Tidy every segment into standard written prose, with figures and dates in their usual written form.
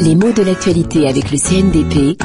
Les mots de l'actualité avec le CNDP.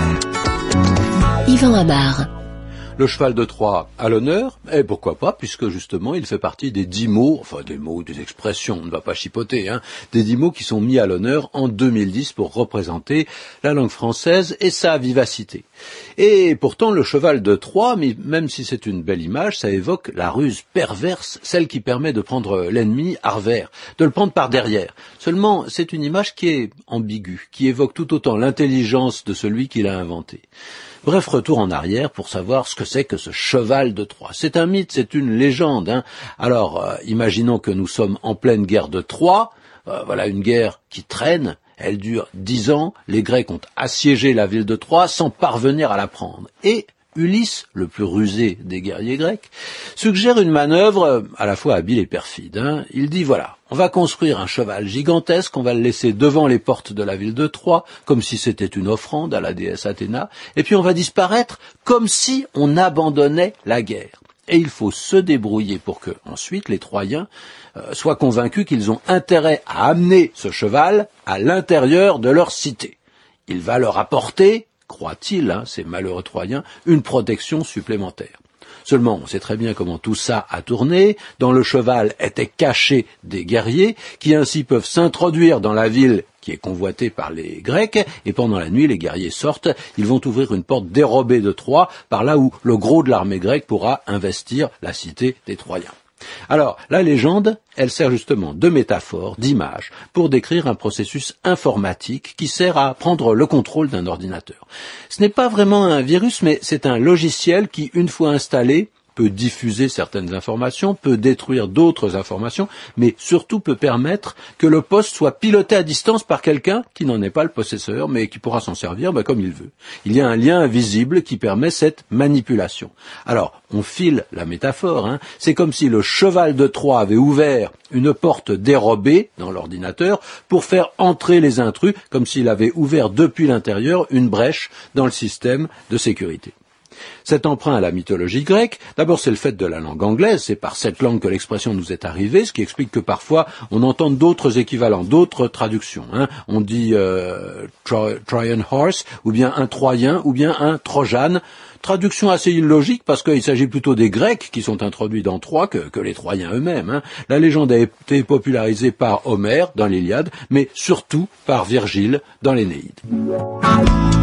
Yvan Amar. Le cheval de Troie à l'honneur, et pourquoi pas, puisque justement il fait partie des 10 mots, enfin des mots, des expressions, on ne va pas chipoter, des 10 mots qui sont mis à l'honneur en 2010 pour représenter la langue française et sa vivacité. Et pourtant le cheval de Troie, même si c'est une belle image, ça évoque la ruse perverse, celle qui permet de prendre l'ennemi à revers, de le prendre par derrière. Seulement, c'est une image qui est ambiguë, qui évoque tout autant l'intelligence de celui qui l'a inventée. Bref, retour en arrière pour savoir ce que c'est que ce cheval de Troie. C'est un mythe, c'est une légende. Alors, imaginons que nous sommes en pleine guerre de Troie. Voilà une guerre qui traîne. Elle dure 10 ans. Les Grecs ont assiégé la ville de Troie sans parvenir à la prendre. Et Ulysse, le plus rusé des guerriers grecs, suggère une manœuvre à la fois habile et perfide. Il dit, voilà, on va construire un cheval gigantesque, on va le laisser devant les portes de la ville de Troie, comme si c'était une offrande à la déesse Athéna, et puis on va disparaître comme si on abandonnait la guerre. Et il faut se débrouiller pour que, ensuite, les Troyens soient convaincus qu'ils ont intérêt à amener ce cheval à l'intérieur de leur cité. Il va leur apporter, croit-il, ces malheureux Troyens, une protection supplémentaire. Seulement, on sait très bien comment tout ça a tourné. Dans le cheval étaient cachés des guerriers qui ainsi peuvent s'introduire dans la ville qui est convoitée par les Grecs, et pendant la nuit, les guerriers sortent, ils vont ouvrir une porte dérobée de Troie, par là où le gros de l'armée grecque pourra investir la cité des Troyens. Alors, la légende, elle sert justement de métaphore, d'image, pour décrire un processus informatique qui sert à prendre le contrôle d'un ordinateur. Ce n'est pas vraiment un virus, mais c'est un logiciel qui, une fois installé, peut diffuser certaines informations, peut détruire d'autres informations, mais surtout peut permettre que le poste soit piloté à distance par quelqu'un qui n'en est pas le possesseur, mais qui pourra s'en servir comme il veut. Il y a un lien invisible qui permet cette manipulation. Alors, on file la métaphore, c'est comme si le cheval de Troie avait ouvert une porte dérobée dans l'ordinateur pour faire entrer les intrus, comme s'il avait ouvert depuis l'intérieur une brèche dans le système de sécurité. Cet emprunt à la mythologie grecque, d'abord c'est le fait de la langue anglaise, c'est par cette langue que l'expression nous est arrivée, ce qui explique que parfois on entend d'autres équivalents, d'autres traductions. On dit Trojan horse, ou bien un Troyen, ou bien un Trojan. Traduction assez illogique parce qu'il s'agit plutôt des Grecs qui sont introduits dans Troie que les Troyens eux-mêmes. La légende a été popularisée par Homère dans l'Iliade, mais surtout par Virgile dans l'Énéide.